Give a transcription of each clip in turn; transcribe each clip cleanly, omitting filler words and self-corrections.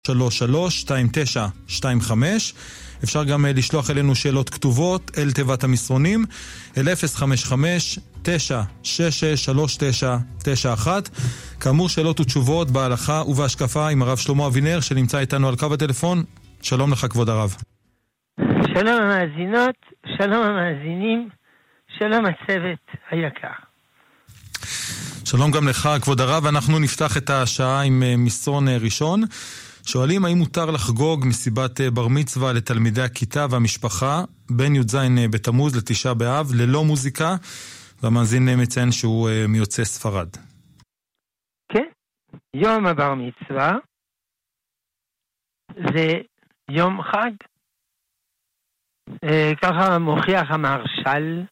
33-2925. אפשר גם לשלוח אלינו שאלות כתובות אל תיבת המסרונים אל 055-966-3991. כאמור, שאלות ותשובות בהלכה ובהשקפה עם הרב שלמה אבינר שנמצא איתנו על קו הטלפון. שלום לך כבוד הרב. שלום המאזינות, שלום המאזינים, שלום הצוות היקר. שלום גם לך כבוד הרב. אנחנו נפתח את השעה עם מסרון ראשון. שואלים האם מותר לחגוג מסיבת בר מצווה לתלמידי הכיתה והמשפחה בין י"ז בתמוז לתשעה באב ללא מוזיקה, והמאזין מציין שהוא מיוצא ספרד. כן, יום הבר מצווה זה יום חג, ככה מוכיח המהרש"ל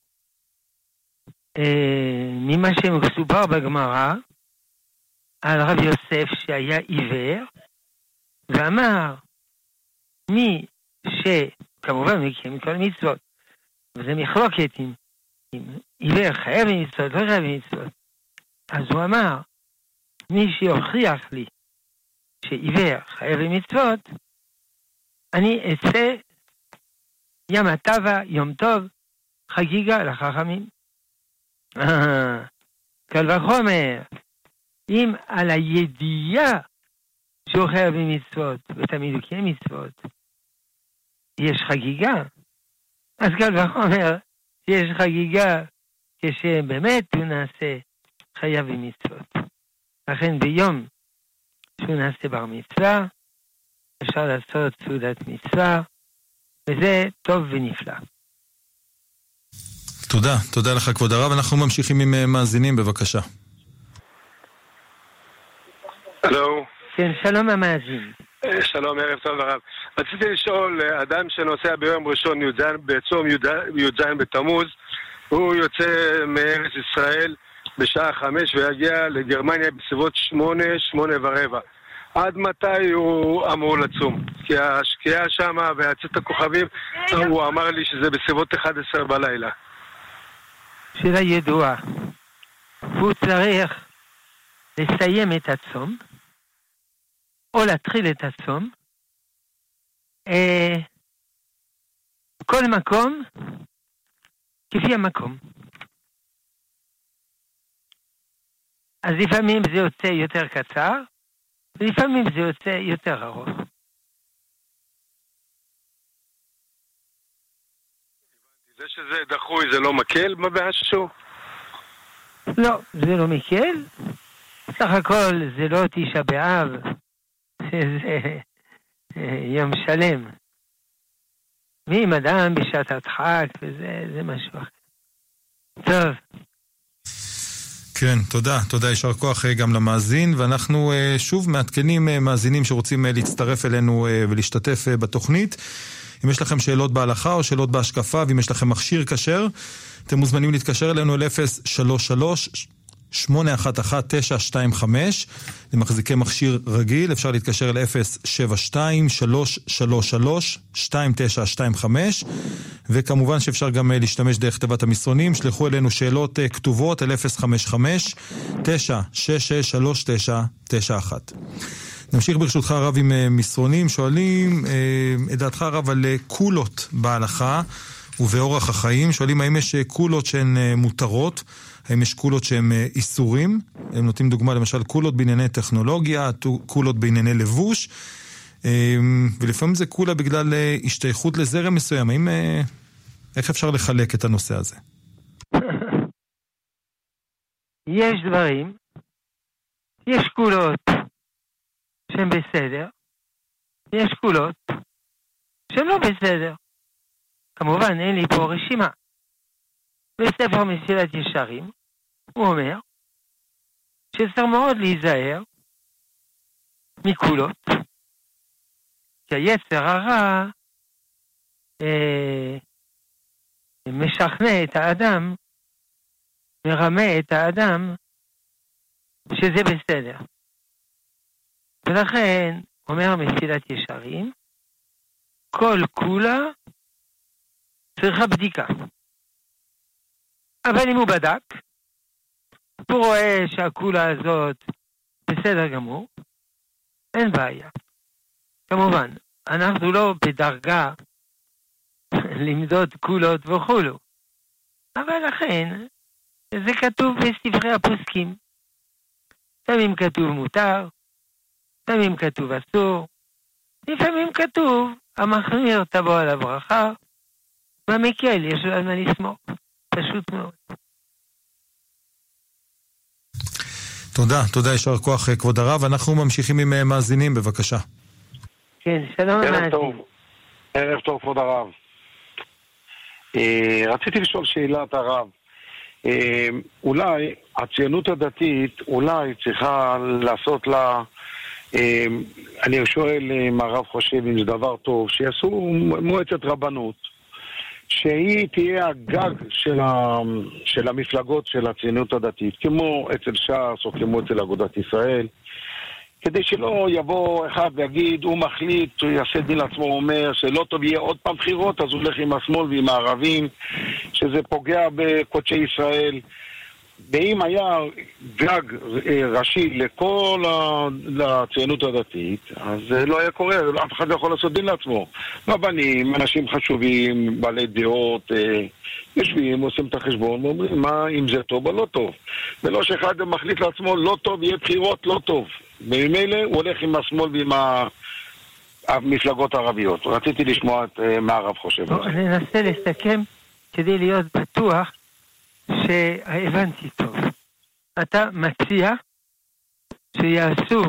ממה שמסופר בגמרא על רב יוסף שהיה עיוור, ואמר מי שכמובן מקיים כל מצוות, וזה מחלוקת אם עיוור חייב במצוות, לא חייב במצוות, אז הוא אמר מי שיוכיח לי שעיוור חייב במצוות, אני אצא ים הטבע, יום טוב, חגיגה לחכמים. קל וחומר, אם על הידיעה שהוא חייב במצוות, ותמיד הוא קיים מצוות, יש חגיגה, אז קל וחומר שיש חגיגה כשבאמת הוא נעשה חייב במצוות. לכן ביום שהוא נעשה בר מצווה, אפשר לעשות סעודת מצווה, וזה טוב ונפלא. תודה לך כבוד הרב. אנחנו ממשיכים עם מאזינים, בבקשה. הלו. כן, שלום המאזין. שלום, ערב טוב הרב. רציתי לשאול, אדם שנוסע ביום ראשון בצום י"ז בתמוז, הוא יוצא מארץ ישראל בשעה 5 ויגיע לגרמניה בסביבות 8:45. עד מתי הוא אמור לצום? כי השקיעה שם והצאת הכוכבים, הוא אמר לי שזה בסביבות 11 בלילה. שאלה ידועה. הוא צריך לסיים את הצום, או להתחיל את הצום. כל מקום כפי המקום. אז לפעמים זה יוצא יותר קצר, ולפעמים זה יוצא יותר ארוך. זה שזה דחוי זה לא מקל משהו? לא, זה לא מקל. סך הכל זה לא תשעה באב, זה יום שלם. ואם אדם בשעת הדחק, וזה משהו אחר. טוב. כן, תודה, יישר כוח גם למאזין, ואנחנו שוב מעדכנים מאזינים שרוצים להצטרף אלינו ולהשתתף בתוכנית. אם יש לכם שאלות בהלכה או שאלות בהשקפה, ואם יש לכם מכשיר כשר, אתם מוזמנים להתקשר אלינו אל 033-811-925, למחזיקי מכשיר רגיל, אפשר להתקשר אל 072-333-2925, וכמובן שאפשר גם להשתמש דרך תיבת המסרונים, שלחו אלינו שאלות כתובות אל 055-966-3991. נמשיך ברשותך הרב עם מסרונים. שואלים את דעתך הרב על קולות בהלכה ובאורח החיים. שואלים האם יש קולות שהן מותרות, האם יש קולות שהן איסורים. הם נותנים דוגמה למשל קולות בענייני טכנולוגיה, קולות בענייני לבוש, ולפעמים זה קולה בגלל השתייכות לזרם מסוים. איך אפשר לחלק את הנושא הזה? יש דברים, יש קולות שהן בסדר, יש קולות שהן לא בסדר. כמובן אין לי פה רשימה. בספר מסילת ישרים הוא אומר שצריך מאוד להיזהר מקולות, כי היצר הרע משכנע את האדם, מרמה את האדם שזה בסדר. ולכן אומר מסילת ישרים, כל קולה צריכה בדיקה. אבל אם הוא בדק, הוא רואה שהקולה הזאת בסדר גמור, אין בעיה. כמובן, אנחנו לא בדרגה למדוד קולות וכולו. אבל לכן, זה כתוב בספרי הפוסקים. לפעמים כתוב מותר, לפעמים כתוב אסור, לפעמים כתוב, המחמיר תבוא על הברכה, והמקל יש לו על מה לסמוך. פשוט מאוד. תודה, יישר כוח כבוד הרב. אנחנו ממשיכים עם מאזינים, בבקשה. כן, שלום ערב טוב. ערב טוב, כבוד הרב. רציתי לשאול שאלת הרב. אולי הציונות הדתית אולי צריכה לעשות לה, אני שואל אם הרב חושב אם זה דבר טוב, שיעשו מועצת רבנות, שהיא תהיה הגג של המפלגות של הציונות הדתית, כמו אצל ש"ס או כמו אצל אגודת ישראל, כדי שלא יבוא אחד ויגיד, הוא מחליט, הוא יעשה דין לעצמו, הוא אומר שלא טוב יהיה עוד פעם בחירות, אז הוא הולך עם השמאל ועם הערבים, שזה פוגע בקודשי ישראל. ואם היה גג ראשי לכל הציונות הדתית, אז זה לא היה קורה, אף אחד לא יכול לעשות דין לעצמו. רבנים, אנשים חשובים, בעלי דעות, יושבים, עושים את החשבון, ואומרים מה, אם זה טוב או לא טוב. ולא שאחד מחליט לעצמו, לא טוב, יהיה בחירות, לא טוב. וממילא הוא הולך עם השמאל ועם המפלגות הערביות. רציתי לשמוע מה הרב חושב. אני אנסה לסכם כדי להיות בטוח שהבנתי טוב. אתה מציע שיעשו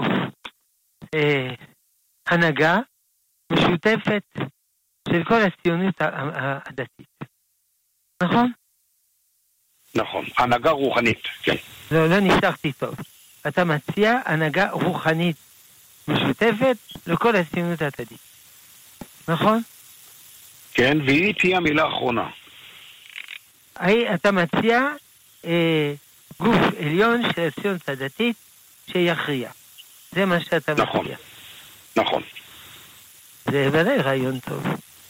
הנהגה משותפת של כל הציונות הדתית. נכון? נכון, הנהגה רוחנית, כן. לא ניסחתי טוב. אתה מציע הנהגה רוחנית משותפת לכל הציונות הדתית. נכון? כן, והיא תהיה המילה האחרונה. אתה מציע גוף עליון של הציונות הדתית שיכריע. זה מה שאתה מציע. נכון. זה ודאי רעיון טוב.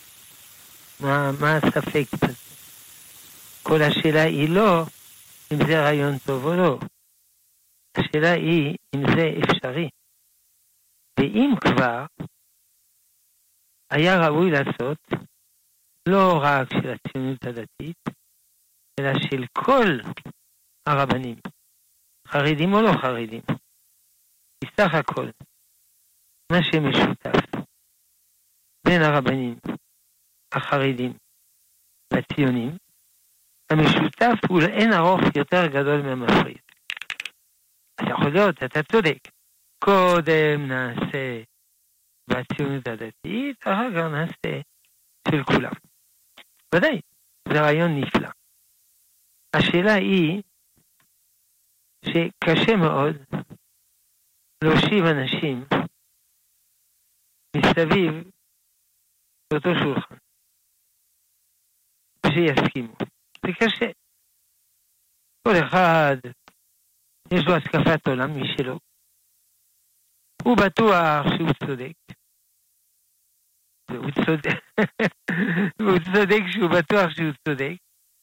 מה הספק בזה? כל השאלה היא לא אם זה רעיון טוב או לא. השאלה היא אם זה אפשרי. ואם כבר היה ראוי לעשות לא רק של הציונות הדתית, אלא של כל הרבנים, חרדים או לא חרדים. בסך הכל, מה שמשותף בין הרבנים, החרדים והציונים, המשותף הוא לאין ארוך יותר גדול מהמפריד. אז יכול להיות, אתה צודק. קודם נעשה בציונות הדתית, אחר כך נעשה של כולם. ודאי, זה רעיון נפלא. השאלה היא שקשה מאוד להושיב אנשים מסביב באותו שולחן שיסכימו. זה קשה. כל אחד יש לו השקפת עולם משלו. הוא בטוח שהוא צודק. והוא צודק שהוא בטוח שהוא צודק.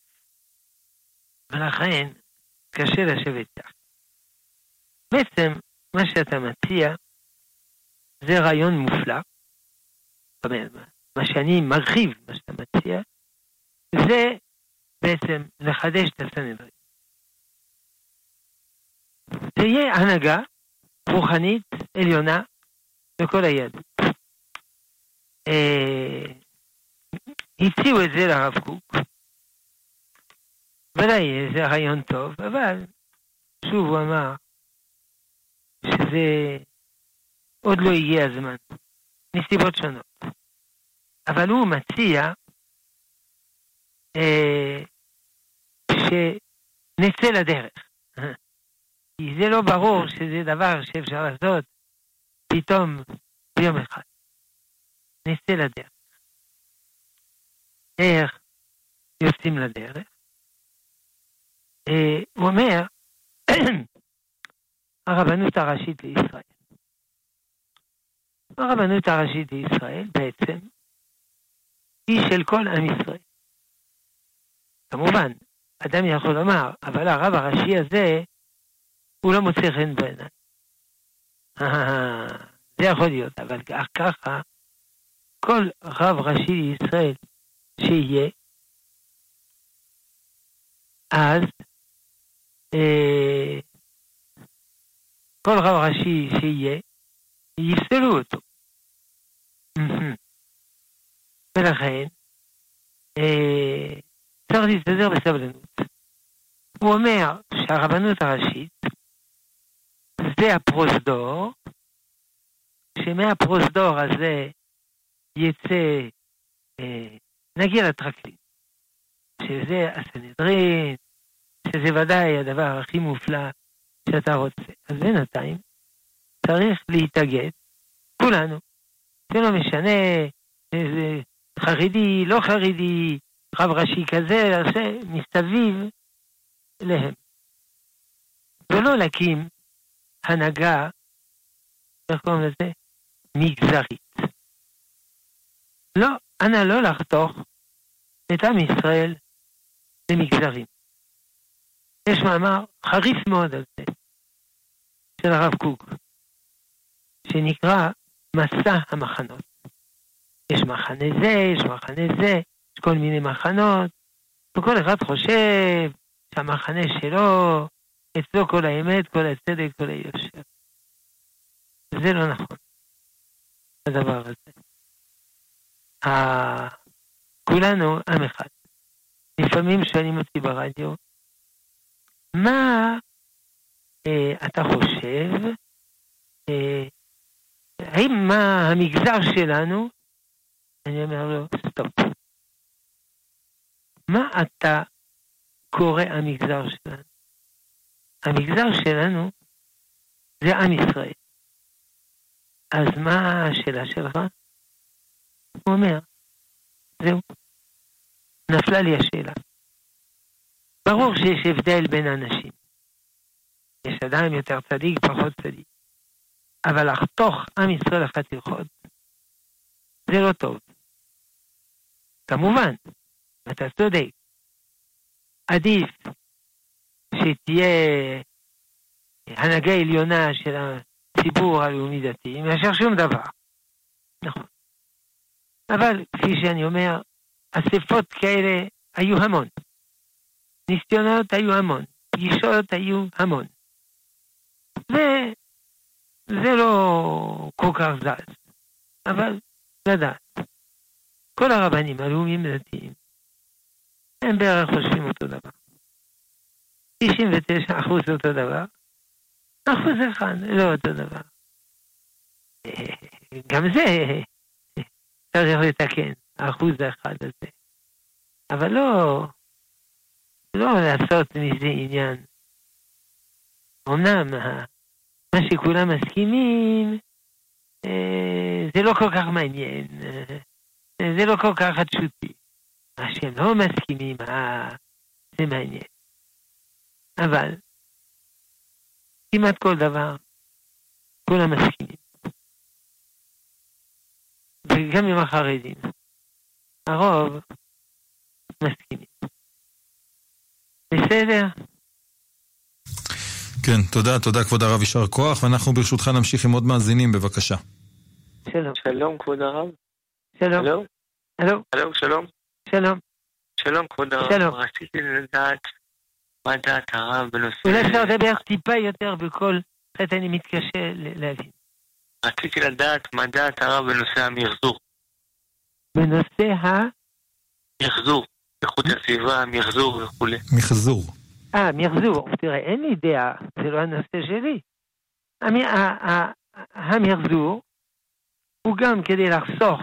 ולכן קשה לשבת כך. בעצם מה שאתה מציע זה רעיון מופלא. זאת אומרת, מה שאני מרחיב, מה שאתה מציע, זה בעצם לחדש את הסנהדרין. תהיה הנהגה רוחנית עליונה לכל היהדות. הציעו את זה לרב קוק. ודאי זה רעיון טוב, אבל שוב הוא אמר שזה עוד לא הגיע הזמן, מסיבות שונות. אבל הוא מציע שנצא לדרך. כי זה לא ברור שזה דבר שאפשר לעשות פתאום ביום אחד. נצא לדרך. איך יוצאים לדרך? הוא אומר, הרבנות הראשית לישראל. הרבנות הראשית לישראל בעצם היא של כל עם ישראל. כמובן, אדם יכול לומר, אבל הרב הראשי הזה הוא לא מוצא חן בעיניי. זה יכול להיות, אבל ככה, כל רב ראשי לישראל שיהיה, אז כל רב ראשי שיהיה, יפסלו אותו. ולכן, צריך להסתדר בסבלנות. הוא אומר שהרבנות הראשית זה הפרוזדור, שמהפרוזדור הזה יצא, נגיע לטרקלין, שזה הסנהדרין, שזה ודאי הדבר הכי מופלא שאתה רוצה. אז בינתיים צריך להתאגד, כולנו, זה לא משנה, זה חרדי, לא חרדי, רב ראשי כזה, מסביב להם. ולא להקים הנהגה, איך קוראים לזה? מגזרית. לא, אנא לא לחתוך את עם ישראל למגזרים. יש מאמר חריף מאוד על זה, של הרב קוק, שנקרא מסע המחנות. יש מחנה זה, יש מחנה זה, יש כל מיני מחנות, וכל אחד חושב שהמחנה שלו, אצלו כל האמת, כל הצדק, כל היושר. זה לא נכון, הדבר הזה. כולנו עם אחד. לפעמים שואלים אותי ברדיו, מה אתה חושב, האם מה המגזר שלנו, אני אומר לו, סטופ. מה אתה קורא המגזר שלנו? המגזר שלנו זה עם ישראל. אז מה השאלה שלך? הוא אומר, זהו, נפלה לי השאלה. ברור שיש הבדל בין אנשים. יש אדם יותר צדיק, פחות צדיק. אבל לחתוך עם ישראל לחתיכות, זה לא טוב. כמובן, אתה צודק. עדיף שתהיה הנהגה עליונה של הציבור הלאומי דתי, מאשר שום דבר. נכון. אבל כפי שאני אומר, אספות כאלה היו המון. ניסיונות היו המון. פגישות היו המון. וזה לא כל כך זז. אבל לדעת. כל הרבנים הלאומיים דתיים הם בערך חושבים אותו דבר. 99% אותו דבר. 1% לא אותו דבר. גם זה צריך לתקן, 1% הזה. אבל לא לעשות מזה עניין. אמנם מה שכולם מסכימים, זה לא כל כך מעניין. זה לא כל כך חדשותי. מה שהם לא מסכימים, זה מעניין. אבל כמעט כל דבר, כולם מסכימים. וגם עם החרדים. הרוב מסכימים. בסדר? כן, תודה כבוד הרב, יישר כוח, ואנחנו ברשותך נמשיך עם עוד מאזינים, בבקשה. שלום. שלום כבוד הרב. שלום. הלו, שלום. שלום כבוד הרב. שלום. רציתי לדעת מה דעת הרב בנושא... אולי אפשר לדבר טיפה יותר בכל חטא, אני מתקשה להבין. רציתי לדעת מה דעת הרב בנושא המחזור. בנושא מחזור, איכות הסביבה, מחזור וכו'. מחזור. מחזור. תראה, אין לי דעה, זה לא הנושא שלי. המחזור הוא גם כדי לחסוך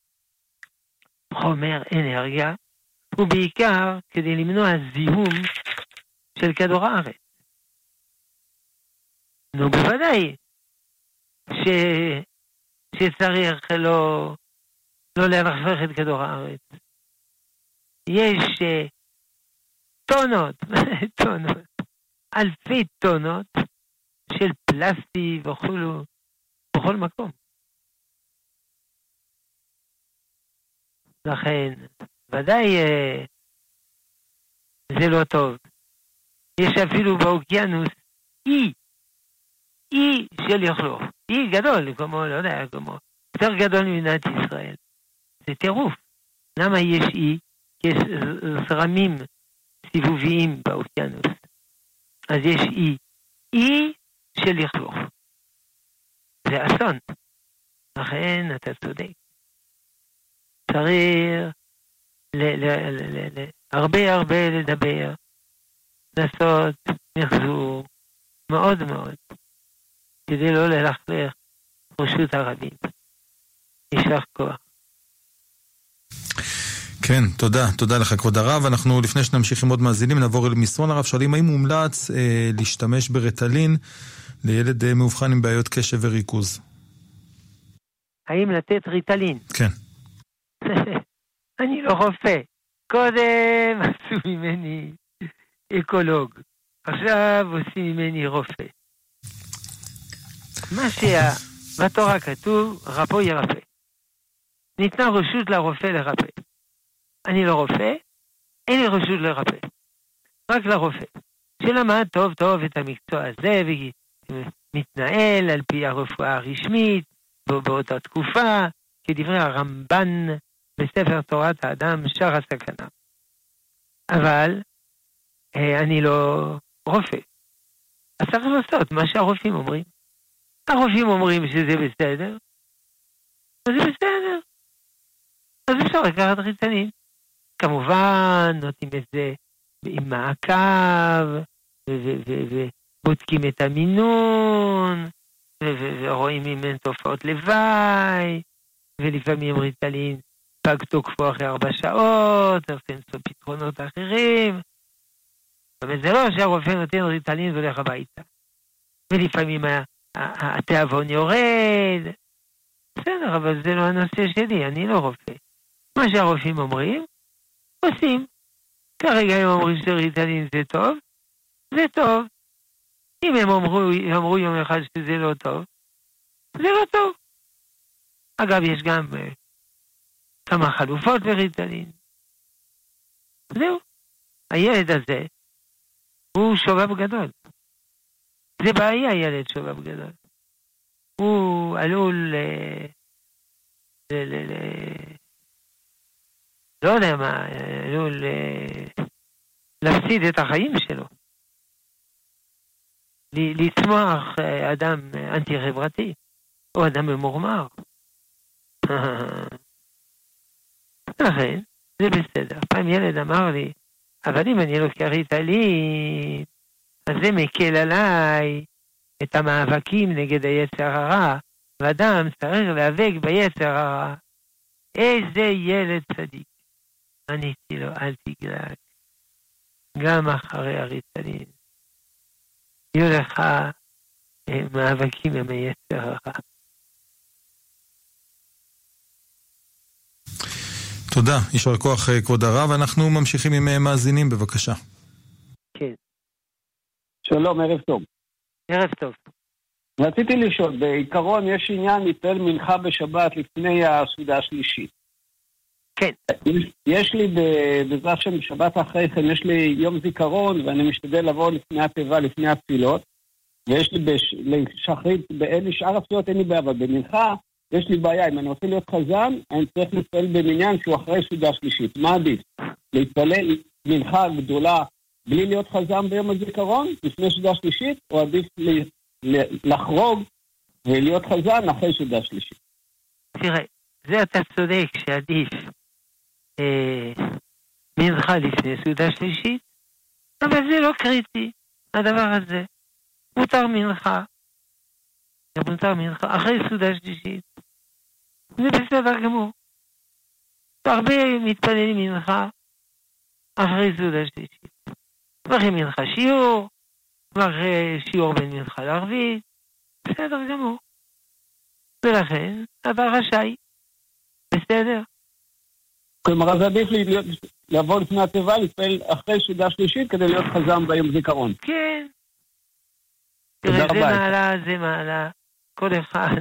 חומר, אנרגיה, ובעיקר כדי למנוע זיהום של כדור הארץ. נו, בוודאי שצריך לא להפוך את כדור הארץ. יש טונות, אלפי טונות של פלסטי וכולו, בכל מקום. לכן, ודאי זה לא טוב. יש אפילו באוקיינוס אי של לכלוך. אי גדול, כמו, לא יודע, כמו, יותר גדול ממדינת ישראל. זה טירוף. למה יש אי? כי יש זרמים סיבוביים באוקיינוס. אז יש אי. אי של לכלוך. זה אסון. לכן אתה צודק. צריך הרבה לדבר, לעשות מחזור מאוד מאוד, כדי לא ללכלך רשות הרבים. יישר כוח. כן, תודה לך כבוד הרב. אנחנו לפני שנמשיך עם עוד מאזינים נעבור אל מסרון הרב. שואלים האם מומלץ להשתמש ברטלין לילד מאובחן עם בעיות קשב וריכוז? האם לתת ריטלין? כן. אני לא רופא. קודם עשו ממני אקולוג. עכשיו עושים ממני רופא. מה שבתורה כתוב, רפו ירפא. ניתנה רשות לרופא לרפא. אני לא רופא, אין לי רשות לרפא. רק לרופא. שלמד טוב את המקצוע הזה, ומתנהל על פי הרפואה הרשמית, באותה תקופה, כדברי הרמב"ן בספר תורת האדם, שער הסכנה. אבל אני לא רופא. אז צריך לעשות מה שהרופאים אומרים. הרופאים אומרים שזה בסדר, אז זה בסדר. אז אפשר לקחת ריטלין. כמובן, נותנים את זה עם מעקב, ובודקים את המינון, ורואים אם אין תופעות לוואי, ולפעמים ריטלין פג תוקפו אחרי 4 שעות, צריך למצוא פתרונות אחרים. אבל זה לא שהרופא נותן ריטלין והולך הביתה. ולפעמים התיאבון יורד. בסדר, אבל זה לא הנושא שלי, אני לא רופא. מה שהרופאים אומרים, עושים. כרגע הם אומרים שריטלין זה טוב, זה טוב. אם הם אמרו יום אחד שזה לא טוב, זה לא טוב. אגב, יש גם כמה חלופות לריטלין. זהו. הילד הזה הוא שובב גדול. זה בעיה, ילד שובב גדול. הוא עלול לא יודע מה, עלול להפסיד את החיים שלו. לצמוח אדם אנטי-חברתי, או אדם ממורמר. לכן, זה בסדר. פעם ילד אמר לי, אבל אם אני לוקח ריטלין, אז זה מקל עליי את המאבקים נגד היצר הרע, ואדם צריך להיאבק ביצר הרע. איזה ילד צדיק. עניתי לו, אל תגלג. גם אחרי הריטלין. יהיו לך מאבקים עם היצר הרע. תודה, יישר כוח כבוד הרב. אנחנו ממשיכים עם מאזינים, בבקשה. כן. שלום, ערב טוב. ערב טוב. רציתי לשאול, בעיקרון יש עניין להתפלל מנחה בשבת לפני הסעודה השלישית. כן. יש לי בעזרת השם שבת אחרי כן, יש לי יום זיכרון, ואני משתדל לבוא לפני התיבה, לפני התפילות, ויש לי לשחרית, באלה שאר התפילות אין לי בעיה, אבל במנחה יש לי בעיה, אם אני רוצה להיות חזן, אני צריך להתפלל במניין שהוא אחרי סעודה שלישית. מה עדיף? להתפלל מנחה גדולה בלי להיות חזן ביום הזיכרון, לפני סעודה שלישית, או עדיף לחרוג ולהיות חזן אחרי סעודה שלישית? תראה, זה אתה צודק שעדיף מנחה לפני סעודה שלישית, אבל זה לא קריטי, הדבר הזה. מותר מנחה אחרי סעודה שלישית. זה בסדר גמור. הרבה מתפללים מנחה אחרי סעודה שלישית. ואחרי מנחה שיעור, ואחרי שיעור בין מנחה לערבית, בסדר גמור. ולכן אתה רשאי. בסדר. כלומר, אז עדיף לי לבוא לפני התיבה, להתפלל אחרי סעודה שלישית כדי להיות חזן ביום זיכרון. כן. תראה, זה מעלה, כל אחד...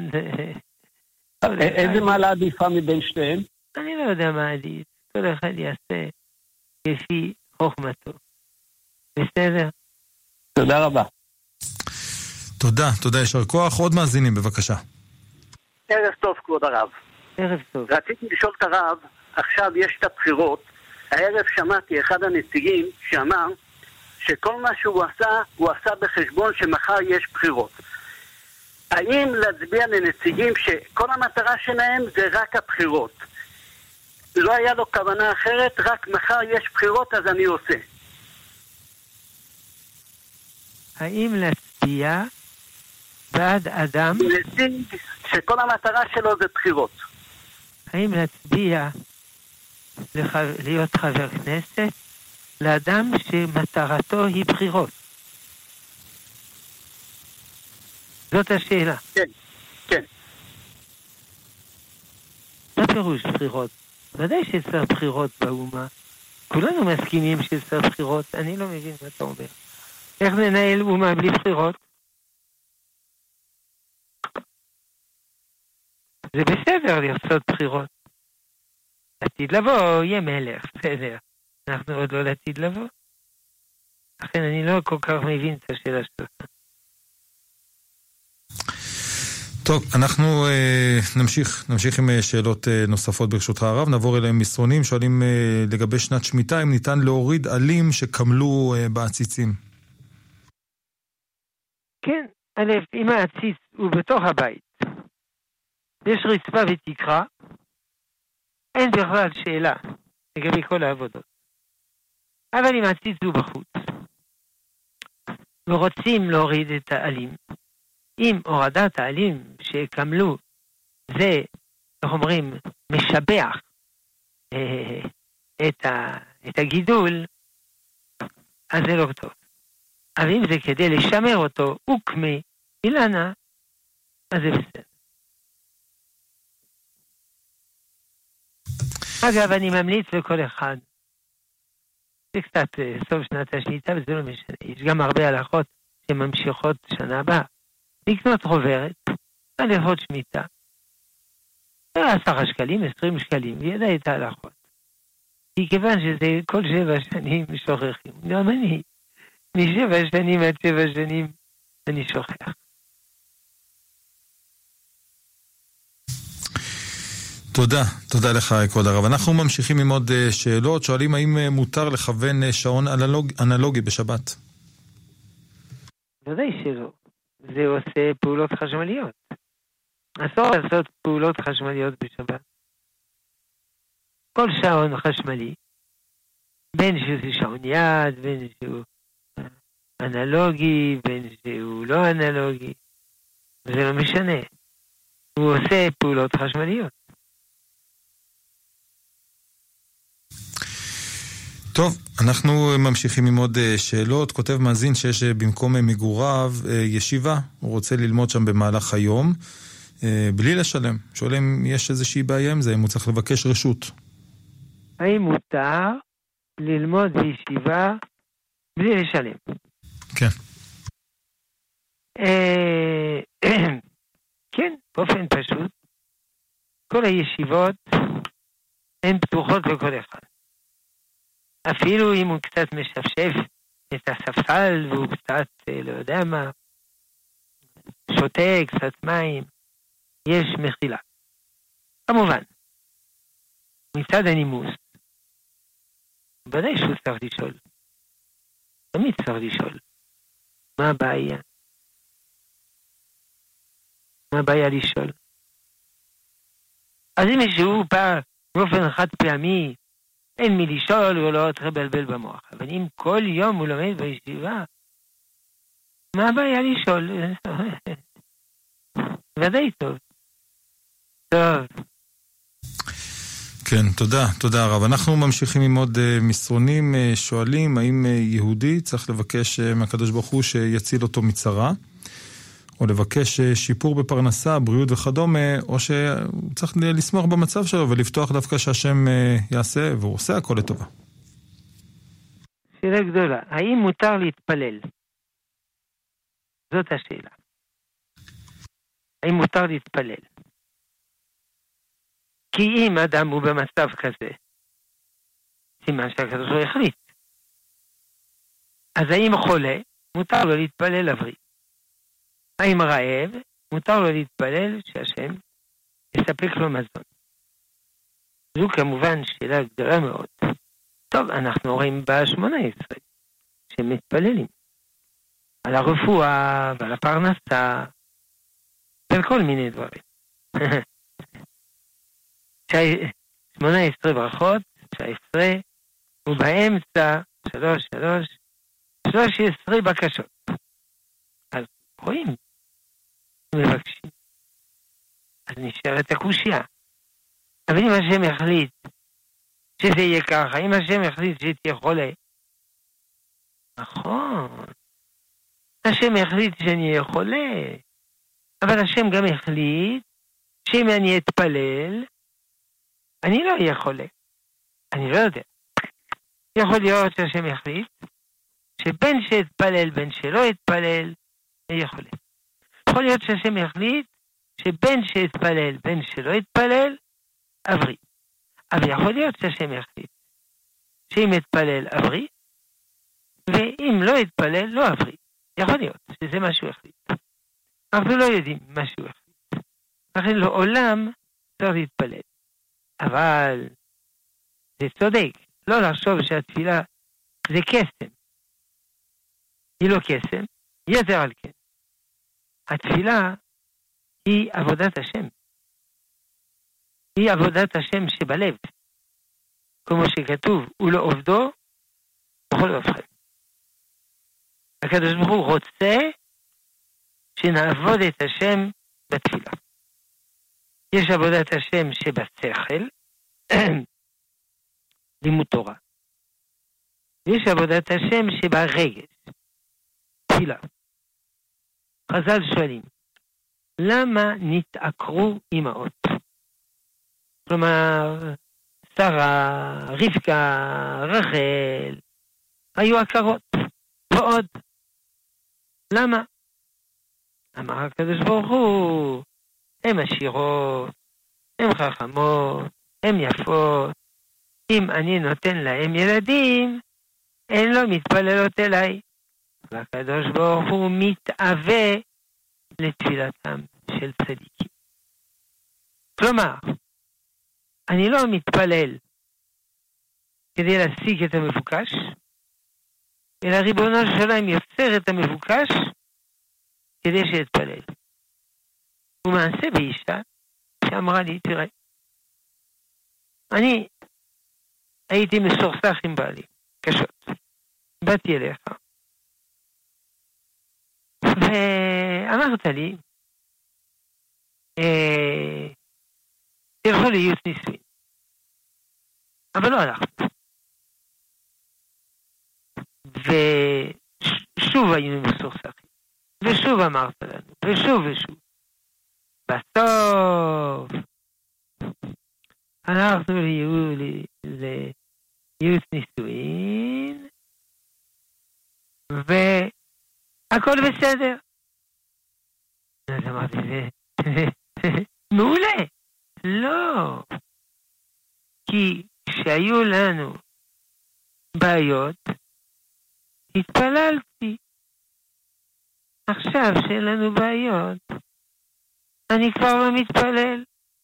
איזה מעלה עדיפה מבין שתיהן? אני לא יודע מה עדיף. כל אחד יעשה כפי חוכמתו. בסדר? תודה רבה. תודה, ישר כוח. עוד מאזינים, בבקשה. ערב טוב, כבוד הרב. ערב טוב. רציתי לשאול את הרב, עכשיו יש את הבחירות, הערב שמעתי אחד הנציגים שאמר שכל מה שהוא עשה, הוא עשה בחשבון שמחר יש בחירות. האם להצביע לנציגים שכל המטרה שלהם זה רק הבחירות? לא היה לו כוונה אחרת, רק מחר יש בחירות אז אני עושה. האם להצביע בעד אדם נציג שכל המטרה שלו זה בחירות? האם להצביע להיות חבר כנסת לאדם שמטרתו היא בחירות? זאת השאלה. כן. מה פירוש בחירות? ודאי שצריך בחירות באומה. כולנו מסכימים שצריך בחירות. אני לא מבין מה אתה אומר. איך ננהל אומה בלי בחירות? זה בסדר לעשות בחירות. לעתיד לבוא, יהיה מלך, בסדר. אנחנו עוד לא לעתיד לבוא. לכן אני לא כל כך מבין את השאלה שלך. טוב, אנחנו נמשיך עם שאלות נוספות ברשותך הרב. נעבור אליהם מסרונים, שואלים לגבי שנת שמיטה, אם ניתן להוריד עלים שקמלו בעציצים. כן, א', אם העציץ הוא בתוך הבית, יש רצפה ותקרה, אין בכלל שאלה לגבי כל העבודות. אבל אם העציץ הוא בחוץ, ורוצים להוריד את העלים, אם הורדת העלים שקמלו, זה, איך אומרים, משבח את הגידול, אז זה לא טוב. אבל אם זה כדי לשמר אותו, וקמי, אילנה, אז זה בסדר. אגב, אני ממליץ לכל אחד, זה קצת סוף שנת השמיטה, וזה לא משנה. יש גם הרבה הלכות שממשיכות שנה הבאה. לקנות חוברת, הלכות שמיטה, 10 שקלים, 20 שקלים, וידע את ההלכות. כי כיוון שזה כל 7 שנים שוכחים, גם אני, מ7 שנים עד 7 שנים, אני שוכח. תודה לך כבוד הרב. אנחנו ממשיכים עם עוד שאלות, שואלים האם מותר לכוון שעון אנלוגי בשבת? ודאי שלא. זה עושה פעולות חשמליות. אסור לעשות פעולות חשמליות בשבת. כל שעון חשמלי, בין שזה שעון יד, בין שהוא אנלוגי, בין שהוא לא אנלוגי, זה לא משנה. הוא עושה פעולות חשמליות. טוב, אנחנו ממשיכים עם עוד שאלות. כותב מאזין שיש במקום מגוריו ישיבה, הוא רוצה ללמוד שם במהלך היום, בלי לשלם. שואל אם יש איזושהי בעיה עם זה, אם הוא צריך לבקש רשות. האם מותר ללמוד בישיבה בלי לשלם? כן. כן, באופן פשוט. כל הישיבות הן פתוחות לכל אחד. אפילו אם הוא קצת משפשף את הספסל והוא קצת, לא יודע מה, שותה קצת מים, יש מחילה. כמובן, מצד הנימוס, ודאי שהוא צריך לשאול. תמיד צריך לשאול. מה הבעיה? מה הבעיה לשאול? אז אם מישהו בא באופן חד פעמי, אין מי לשאול, הוא לא צריך לבלבל במוח. אבל אם כל יום הוא לומד בישיבה, מה הבעיה לשאול? ודאי טוב. טוב. כן, תודה רב. אנחנו ממשיכים עם עוד מסרונים, שואלים האם יהודי צריך לבקש מהקדוש ברוך הוא שיציל אותו מצרה, או לבקש שיפור בפרנסה, בריאות וכדומה, או שהוא צריך לסמוך במצב שלו ולפתוח דווקא שהשם יעשה, והוא עושה הכל לטובה. שאלה גדולה, האם מותר להתפלל? זאת השאלה. האם מותר להתפלל? כי אם אדם הוא במצב כזה, סימן שהקדוש ברוך הוא החליט. אז האם חולה, מותר לו להתפלל לבריא. האם רעב, מותר לו להתפלל שהשם יספק לו מזון. זו כמובן שאלה גדולה מאוד. טוב, אנחנו רואים ב-18 שמתפללים על הרפואה ועל הפרנסה ועל כל מיני דברים. 18 ברכות, 19, ובאמצע 13 בקשות. אז רואים, מבקשים. אז נשארת הקושיה. אבל אם השם יחליט שזה יהיה ככה, אם השם יחליט שתהיה חולה, נכון, השם יחליט שאני אהיה חולה, אבל השם גם יחליט שאם אני אתפלל, אני לא אהיה חולה. אני לא יודע. יכול להיות שהשם יחליט שבין שאתפלל, בין שלא אתפלל, אהיה חולה. יכול להיות שהשם יחליט שבין שאתפלל, בין שלא אתפלל, אבריא. אבל יכול להיות שהשם יחליט שאם אתפלל אבריא, ואם לא אתפלל לא אבריא. יכול להיות שזה מה שהוא יחליט. אנחנו לא יודעים מה שהוא יחליט. לכן לעולם צריך להתפלל. אבל זה צודק. לא לחשוב שהתפילה זה קסם. היא לא קסם, יתר על כן. התפילה היא עבודת השם. היא עבודת השם שבלב. כמו שכתוב, הוא לא עובדו בכל אופן. הקדוש ברוך הוא רוצה שנעבוד את השם בתפילה. יש עבודת השם שבשכל, לימוד תורה. יש עבודת השם שברגש, תפילה. חז"ל שואלים, למה נתעקרו אמהות? כלומר, שרה, רבקה, רחל, היו עקרות, ועוד. למה? אמר הקדוש ברוך הוא, הן עשירות, הן חכמות, הן יפות, אם אני נותן להם ילדים, הן לא מתפללות אליי. והקדוש ברוך הוא מתאווה לתפילתם של צדיקים. כלומר, אני לא מתפלל כדי להשיג את המבוקש, אלא ריבונו של עולם יוצר את המבוקש כדי שאתפלל. ומעשה באישה שאמרה לי, תראה, אני הייתי מסוכסך עם בעלי, קשות. באתי אליך. ואמרת לי, תלכו לייעוץ נישואין. אבל לא הלכת. ושוב היינו מסוכסכים. ושוב אמרת לנו, ושוב. בסוף הלכנו לייעוץ נישואין, והכל בסדר. אז אמרתי, זה מעולה. לא. כי כשהיו לנו בעיות, התפללתי. עכשיו שאין לנו בעיות, אני כבר לא מתפלל.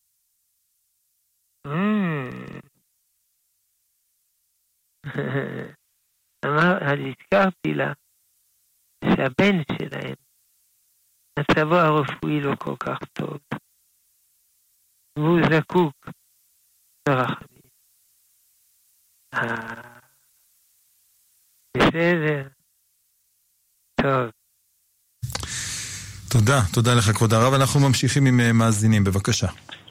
אז הזכרתי לה שהבן שלהם, מצבו הרפואי לא כל כך טוב, והוא זקוק לרחמים. בסדר. טוב. תודה לך כבוד הרב. אנחנו ממשיכים עם מאזינים, בבקשה.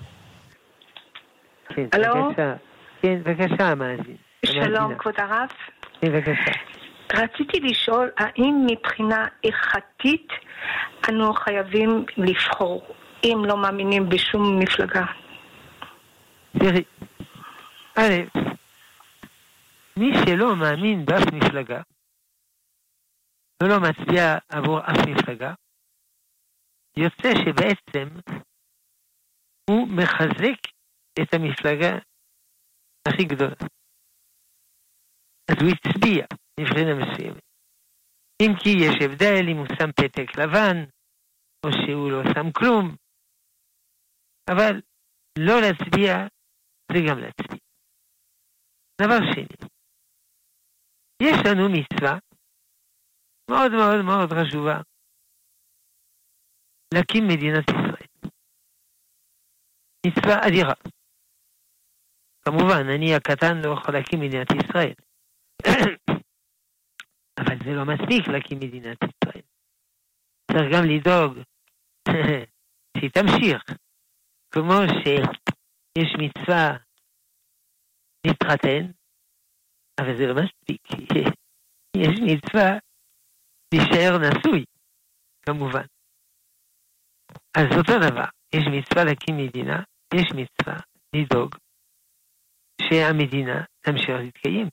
כן, הלו? בבקשה, מאזין. שלום כבוד הרב. כן, בבקשה. רציתי לשאול, האם מבחינה הלכתית אנו חייבים לבחור, אם לא מאמינים בשום מפלגה? תראי, א', מי שלא מאמין באף מפלגה, ולא מצביע עבור אף מפלגה, יוצא שבעצם הוא מחזק את המפלגה הכי גדולה. אז הוא הצביע מבחינה מסוימת. אם כי יש הבדל אם הוא שם פתק לבן, או שהוא לא שם כלום. אבל לא להצביע זה גם להצביע. דבר שני, יש לנו מצווה מאוד מאוד מאוד חשובה להקים מדינת ישראל. מצווה אדירה. כמובן, אני הקטן לא יכול להקים מדינת ישראל. אבל זה לא מספיק להקים מדינת ישראל. צריך גם לדאוג שהיא תמשיך. כמו שיש מצווה להתחתן, אבל זה לא מספיק. יש מצווה להישאר נשוי, כמובן. אז אותו דבר, יש מצווה להקים מדינה, יש מצווה לדאוג שהמדינה תמשיך להתקיים.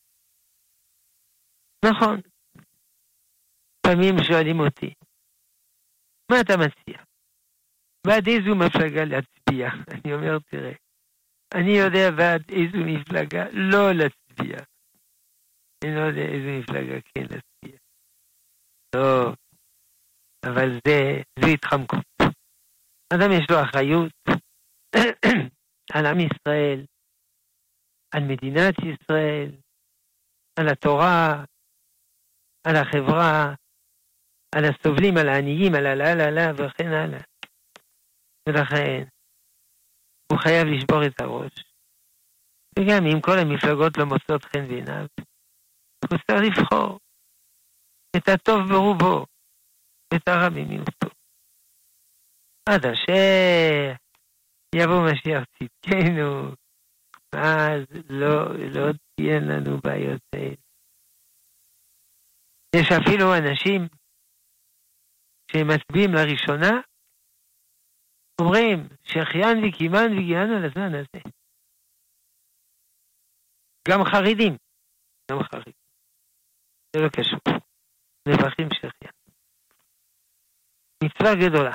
נכון. פעמים שואלים אותי, מה אתה מציע? בעד איזו מפלגה להצביע? אני אומר, תראה, אני יודע בעד איזו מפלגה לא להצביע. אני לא יודע איזו מפלגה כן להצביע. טוב, אבל זה התחמקות. אדם יש לו אחריות על עם ישראל, על מדינת ישראל, על התורה, על החברה, על הסובלים, על העניים, על הלאה וכן הלאה. ולכן הוא חייב לשבור את הראש. וגם אם כל המפלגות לא מוצאות חן בעיניו, הוא צריך לבחור את הטוב ברובו, את הרע במיעוטו. עד אשר יבוא משיח צדקנו, אז לא תהיה לנו בעיות האלה. יש אפילו אנשים שמצביעים לראשונה, אומרים שהחיינו וקימנו והגיענו לזמן הזה. גם חרדים. זה לא קשור. מברכים שהחיינו. מצווה גדולה.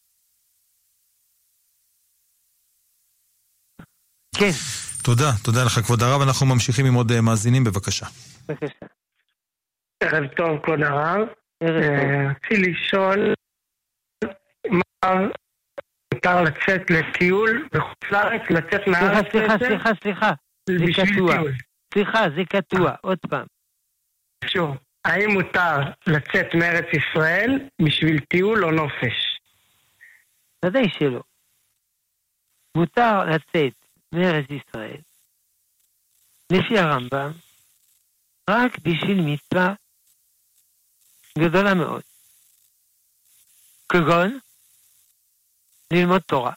כן. תודה לך כבוד הרב. אנחנו ממשיכים עם עוד מאזינים, בבקשה. בבקשה. ערב טוב כבוד הרב. רציתי לשאול מה מותר לצאת לטיול בחוץ לארץ, לצאת מהארץ. סליחה. זה קטוע. סליחה, זה קטוע. עוד פעם. שוב, האם מותר לצאת מארץ ישראל בשביל טיול או נופש? ודאי שלא. מותר לצאת מארץ ישראל, לפי הרמב"ם, רק בשביל מצווה גדולה מאוד. כגון, ללמוד תורה.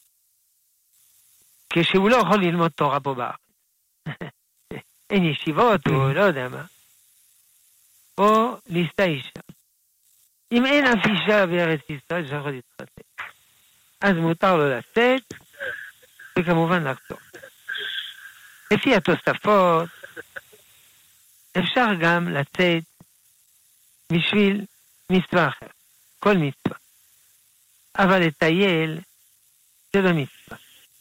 כשהוא לא יכול ללמוד תורה פה בארץ. אין ישיבות או לא יודע מה. או להשתא אישה. אם אין אף אישה בארץ ישראל שיכול להתחתן, אז מותר לו לצאת, וכמובן לחזור. לפי התוספות, אפשר גם לצאת בשביל מצווה אחרת, כל מצווה. אבל לטייל זה לא מצווה.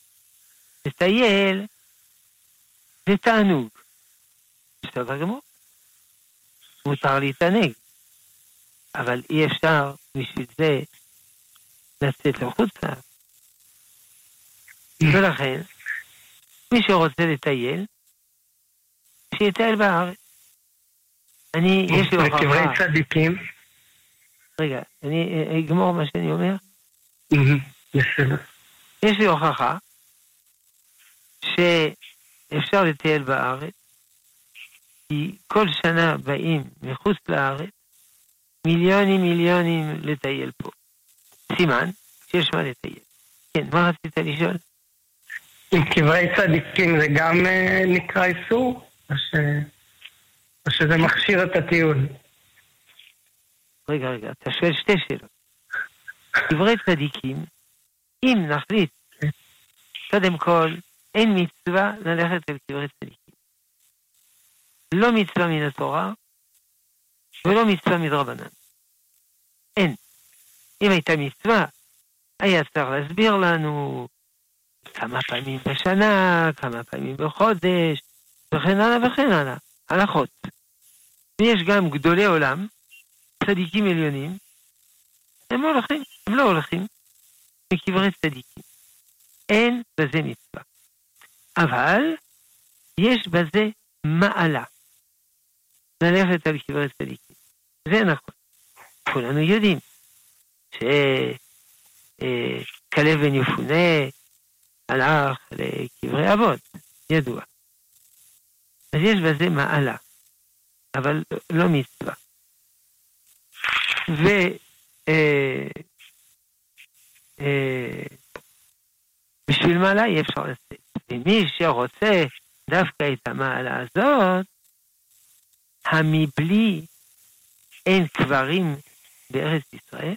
לטייל זה תענוג. בסדר גמור. מותר להתענג. אבל אי אפשר בשביל זה לצאת לחוצה. ולכן, מי שרוצה לטייל, שיטייל בארץ. יש לי הוכחה. בקברי צדיקים. רגע, אני אגמור מה שאני אומר. יש לי הוכחה שאפשר לטייל בארץ, כי כל שנה באים מחוץ לארץ מיליונים לטייל פה. סימן שיש מה לטייל. כן, מה רצית לשאול? עם קברי צדיקים זה גם נקרא איסור? או שזה מכשיר את הטיול? רגע, אתה שואל שתי שאלות. קברי צדיקים, אם נחליט, קודם כל, אין מצווה ללכת אל קברי צדיקים. לא מצווה מן התורה, ולא מצווה מדרבנן. אין. אם הייתה מצווה, היה צריך להסביר לנו כמה פעמים בשנה, כמה פעמים בחודש, וכן הלאה. הלכות. ויש גם גדולי עולם, צדיקים עליונים, הם הולכים. הם לא הולכים מקברי צדיקים. אין בזה מצווה. אבל יש בזה מעלה. ללכת על קברי צדיקים. זה נכון. כולנו יודעים שכלב בן יפונה הלך לקברי אבות. ידוע. אז יש בזה מעלה. אבל לא מצווה. בשביל מעלה אי אפשר לצאת. ומי שרוצה דווקא את המעלה הזאת, המבלי אין קברים בארץ ישראל.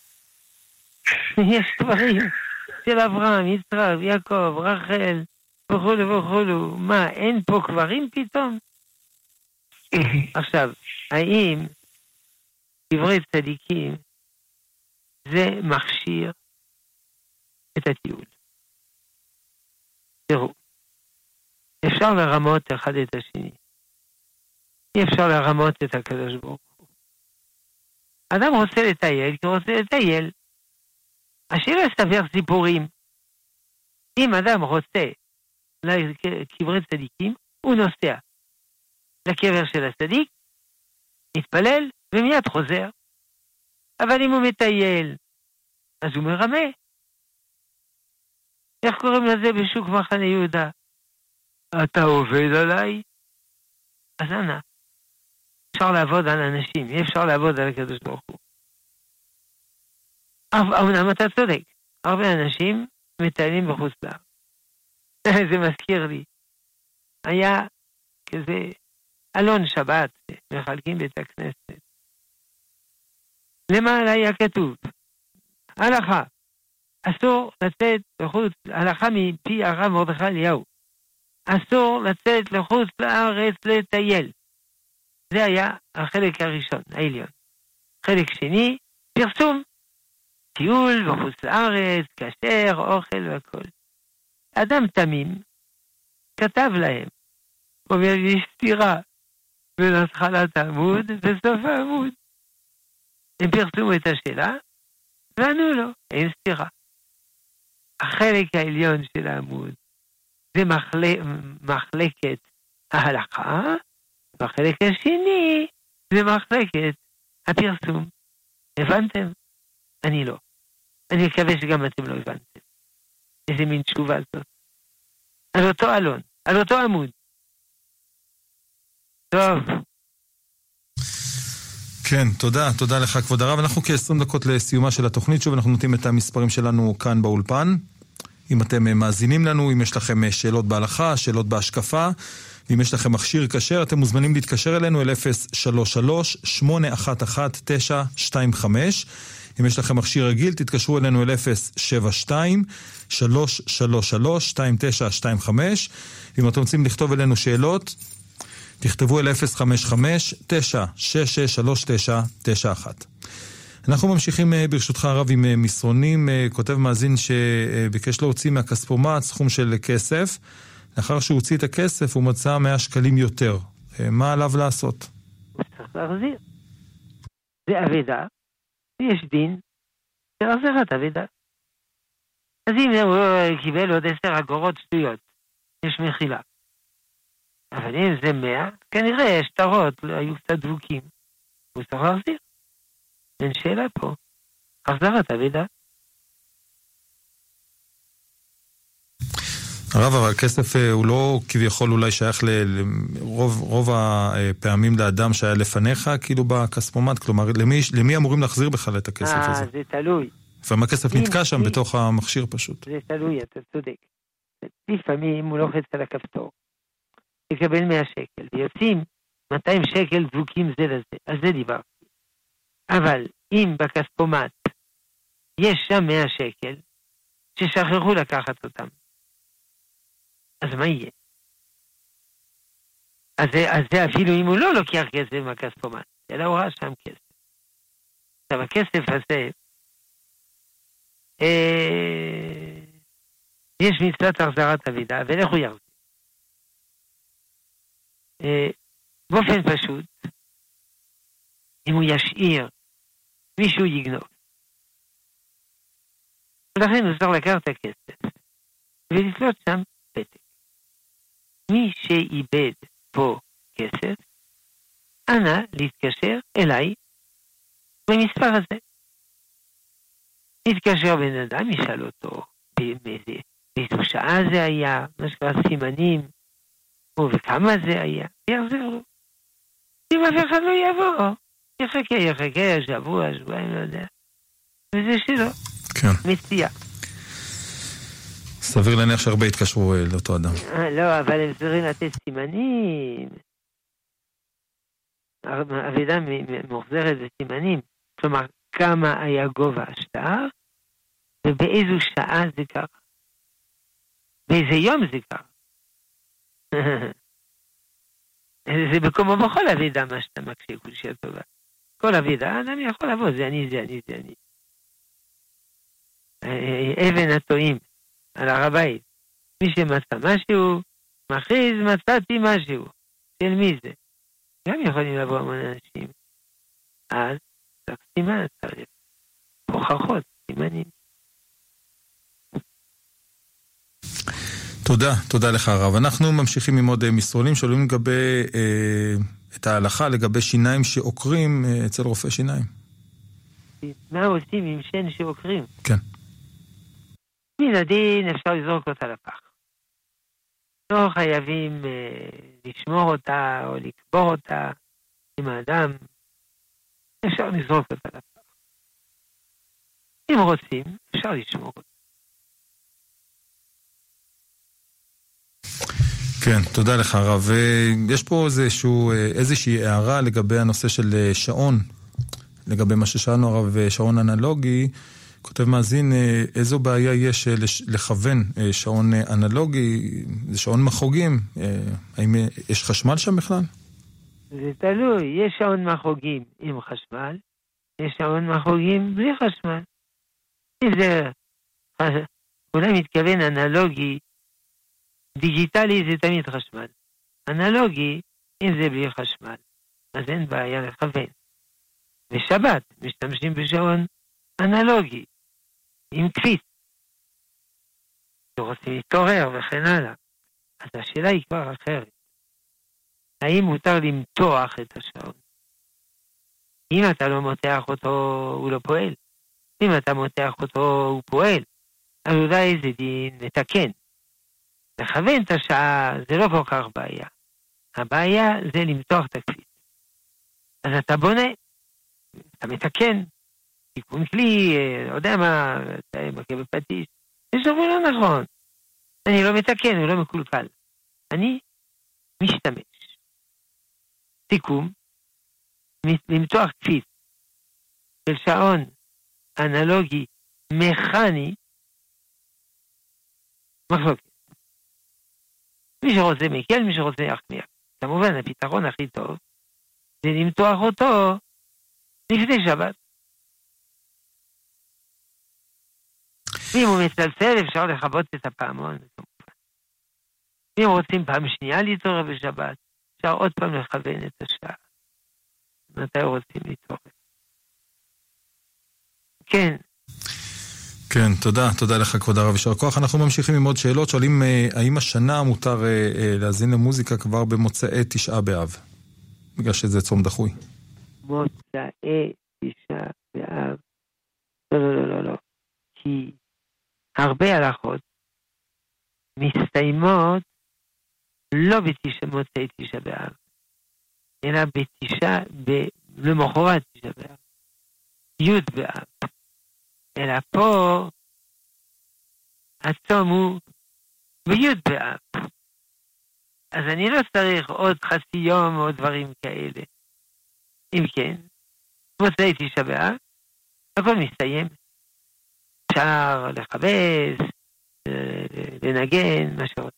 יש קברים של אברהם, יצחק, יעקב, רחל, וכולו וכולו. מה, אין פה קברים פתאום? עכשיו, האם קברי צדיקים זה מכשיר את הטיול? תראו, אפשר לרמות אחד את השני. אי אפשר לרמות את הקדוש ברוך הוא. אדם רוצה לטייל, כי הוא רוצה לטייל. השאלה לספר סיפורים. אם אדם רוצה לקברי צדיקים, הוא נוסע לקבר של הצדיק, מתפלל ומיד חוזר. אבל אם הוא מטייל, אז הוא מרמה. איך קוראים לזה בשוק מחנה יהודה? אתה עובד עליי? אז אנא, אפשר לעבוד על אנשים, אי אפשר לעבוד על הקדוש ברוך הוא. אמנם אתה צודק, הרבה אנשים מטיילים בחוץ לארץ. זה מזכיר לי. היה כזה אלון שבת, מחלקים בית הכנסת. למעלה היה כתוב, הלכה, אסור לצאת לחוץ, הלכה מפי הרב מרדכי אליהו, אסור לצאת לחוץ לארץ לטייל. זה היה החלק הראשון, העליון. חלק שני, פרסום, טיול בחוץ לארץ, כשר, אוכל והכל. אדם תמים כתב להם, אומר לי סתירה בין התחלת העמוד וסוף העמוד. הם פרסמו את השאלה וענו לו, אין סתירה. החלק העליון של העמוד זה מחלקת ההלכה, והחלק השני זה מחלקת הפרסום. הבנתם? אני לא. אני מקווה שגם אתם לא הבנתם. איזה מין תשובה זאת. על אותו אלון, על אותו עמוד. טוב. כן, תודה לך כבוד הרב. אנחנו כ-20 דקות לסיומה של התוכנית, שוב אנחנו נותנים את המספרים שלנו כאן באולפן. אם אתם מאזינים לנו, אם יש לכם שאלות בהלכה, שאלות בהשקפה, ואם יש לכם מכשיר כשר, אתם מוזמנים להתקשר אלינו אל 033-811-925. אם יש לכם מכשיר רגיל, תתקשרו אלינו אל 072-333-2925. אם אתם רוצים לכתוב אלינו שאלות, תכתבו אל 055-966-3991. אנחנו ממשיכים ברשותך הרב עם מסרונים. כותב מאזין שביקש להוציא מהכספומט סכום של כסף. לאחר שהוא הוציא את הכסף הוא מצא 100 שקלים יותר. מה עליו לעשות? הוא צריך להחזיר. זה עבדה. יש דין של החזרת עבדה. אז אם הוא קיבל עוד 10 אגורות שטויות, יש מחילה. אבל אם זה 100, כנראה שטרות היו קצת דבוקים. הוא צריך להחזיר. אין שאלה פה. החזרת עבדה. הרב, אבל הכסף הוא לא כביכול אולי שייך לרוב הפעמים לאדם שהיה לפניך, כאילו בכספומט, כלומר, למי אמורים להחזיר בכלל את הכסף הזה? זה תלוי. לפעמים הכסף נתקע שם בתוך המכשיר פשוט. זה תלוי, אתה צודק. לפעמים הוא לוחץ על הכפתור, יקבל 100 שקל, ויוצאים 200 שקל דבוקים זה לזה, על זה דיברתי. אבל אם בכספומט יש שם 100 שקל, ששכחו לקחת אותם, אז מה יהיה? אז זה אפילו אם הוא לא לוקח כסף מהכספומט, אלא הוא ראה שם כסף. עכשיו הכסף הזה, יש מצוות החזרת עבדה, ולך הוא יחזיר. באופן פשוט, אם הוא ישאיר, מישהו יגנוב. ולכן הוא צריך לקחת את הכסף ולתלות שם פתק. מי שאיבד פה כסף, אנא להתקשר אליי במספר הזה. להתקשר בן אדם, ישאל אותו באיזו שעה זה היה, מה שקרה סימנים, וכמה זה היה, יחזר לו. אם אף אחד לא יבוא, יחכה, שבועיים, לא יודע. וזה שלו. כן. מציע. סביר להניח שהרבה התקשרו לאותו אדם. לא, אבל הם צריכים לתת סימנים. אבידה מוחזרת בסימנים. כלומר, כמה היה גובה השטר, ובאיזו שעה זה קרה. באיזה יום זה קרה. זה בקומו בכל אבידה מה שאתה מקשיב, קודשי טובה. כל אבידה, אדם יכול לבוא, זה אני. אבן הטועים על הר הבית. מי שמצא משהו, מכריז מצאתי משהו. של מי זה? גם יכולים לבוא המון אנשים. אז צריך סימן, צריך הוכחות, סימנים. תודה לך הרב. אנחנו ממשיכים עם עוד מסרונים, שואלים לגבי את ההלכה, לגבי שיניים שעוקרים אצל רופא שיניים. מה עושים עם שן שעוקרים? כן. מן הדין אפשר לזרוק אותה לפח. לא חייבים לשמור אותה או לקבור אותה עם האדם. אפשר לזרוק אותה לפח. אם רוצים, אפשר לשמור אותה. כן, תודה לך הרב. יש פה איזושהי הערה לגבי הנושא של שעון, לגבי מה ששאלנו הרב, שעון אנלוגי. כותב מאזין, איזו בעיה יש לכוון שעון אנלוגי, זה שעון מחוגים, האם יש חשמל שם בכלל? זה תלוי, יש שעון מחוגים עם חשמל, יש שעון מחוגים בלי חשמל. אם זה אולי מתכוון אנלוגי, דיגיטלי זה תמיד חשמל. אנלוגי, אם זה בלי חשמל, אז אין בעיה לכוון. בשבת משתמשים בשעון אנלוגי, עם כפיס. רוצים להתעורר וכן הלאה. אז השאלה היא כבר אחרת. האם מותר למתוח את השעון? אם אתה לא מותח אותו, הוא לא פועל. אם אתה מותח אותו, הוא פועל. אז אולי איזה דין מתקן. לכוון את השעה זה לא כל כך בעיה. הבעיה זה למתוח את הכפיס. אז אתה בונה, אתה מתקן, תיקון כלי, לא יודע מה, אתה מכה בפטיש. זה שוב לא נכון. אני לא מתקן, הוא לא מקולקל. אני משתמש. סיכום, למתוח כפיס של שעון אנלוגי מכני, מחלוקת. מי שרוצה מקל, מי שרוצה יחמיר. כמובן, הפתרון הכי טוב זה למתוח אותו לפני שבת. אם הוא מצלצל, אפשר לחבות את הפעמון. אם רוצים פעם שנייה להתעורר בשבת, אפשר עוד פעם לכוון את השעה. מתי רוצים להתעורר? כן. כן, תודה לך כבוד הרב, יישר כוח. אנחנו ממשיכים עם עוד שאלות, שואלים האם השנה מותר להאזין למוזיקה כבר במוצאי תשעה באב, בגלל שזה צום דחוי. מוצאי תשעה באב, לא, כי הרבה הלכות מסתיימות לא במוצאי תשעה באב, אלא למחרת תשעה באב, י' באב. אלא פה הצום הוא בי' באב. אז אני לא צריך עוד חצי יום או דברים כאלה. אם כן, מוצאי תשעה באב, הכל מסתיים. אפשר לחבס, לנגן, מה שרוצה.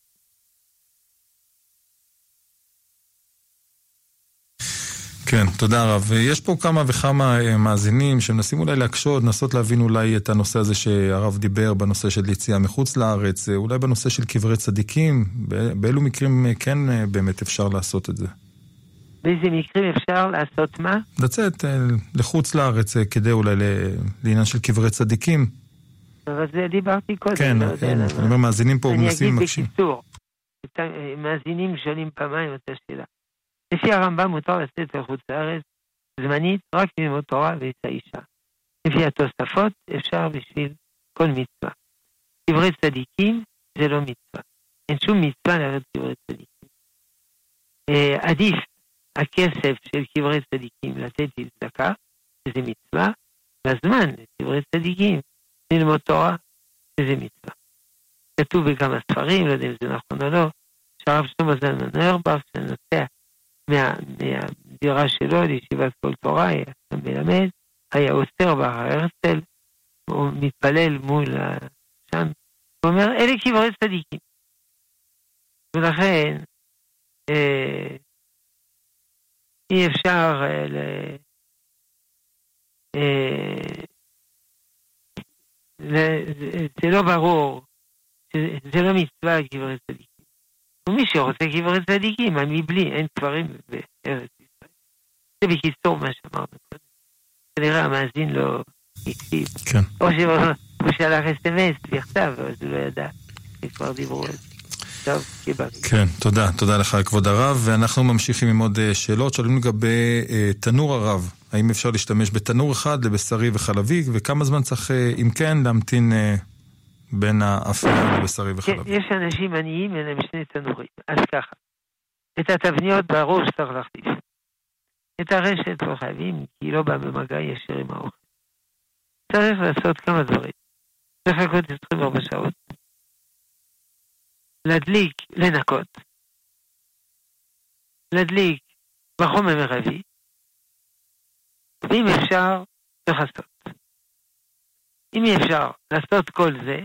כן, תודה רב. יש פה כמה וכמה מאזינים שמנסים אולי לנסות להבין אולי את הנושא הזה שהרב דיבר בנושא של יציאה מחוץ לארץ, אולי בנושא של קברי צדיקים, באילו מקרים כן באמת אפשר לעשות את זה? באיזה מקרים אפשר לעשות מה? לצאת לחוץ לארץ כדי אולי לעניין של קברי צדיקים. אבל זה דיברתי קודם. כן, אני אומר, מאזינים פה ומנסים מקשים. אני אגיד בקיצור, מאזינים שואלים פעמיים אותה שאלה. לפי הרמב"ם מותר לצאת לחוץ לארץ זמנית רק ללמוד תורה ואת האישה. לפי התוספות אפשר בשביל כל מצווה. קברי צדיקים זה לא מצווה. אין שום מצווה לארץ קברי צדיקים. עדיף הכסף של קברי צדיקים לתת לצדקה, שזה מצווה, והזמן לקברי צדיקים ללמוד תורה, שזה מצווה. כתוב בכמה ספרים, לא יודע אם זה נכון או לא, שהרב שלמה זלמן אוירבך, שנוסע מהדירה שלו לישיבת כל תורה, היה מלמד, היה אוסר בהר הרצל, הוא מתפלל מול שם, הוא אומר, אלה קברי צדיקים. ולכן, אי אפשר זה לא ברור, זה לא מצווה קברי צדיקים. ומי שרוצה קברי צדיקים, מבלי, אין קברים בארץ ישראל. זה בקיצור מה שאמרנו קודם. כנראה המאזין לא הקשיב. כן. או שהוא שלח SMS בכתב, אז הוא לא ידע, כבר דיברו על זה. טוב, קיבלתי. כן, תודה לך כבוד הרב, ואנחנו ממשיכים עם עוד שאלות. שואלים לגבי תנור הרב, האם אפשר להשתמש בתנור אחד לבשרי וחלבי, וכמה זמן צריך, אם כן, להמתין בין האפייה לבשרי וחלבי? יש אנשים עניים, אין להם שני תנורים. אז ככה, את התבניות ברור שצריך להחליף. את הרשת לא חייבים, כי היא לא באה במגע ישיר עם האוכל. צריך לעשות כמה דברים. צריך לחכות 24 שעות. להדליק, לנקות. להדליק בחומר מרבי. ואם אפשר, לחסות. אם אי אפשר לעשות כל זה,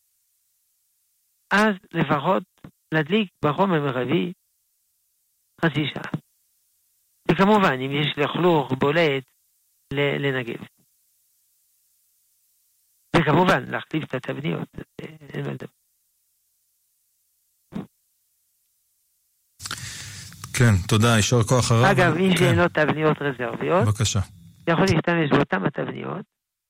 אז לפחות להדליק בחומר מרבי חצי שעה. וכמובן, אם יש לכלוך בולט, לנגב. וכמובן, להחליף את התבניות. אין מה לדבר. כן, תודה, יישר כוח הרב. אגב, מי שאין לו תבניות רזרביות, בבקשה. יכול להשתמש באותן התבניות,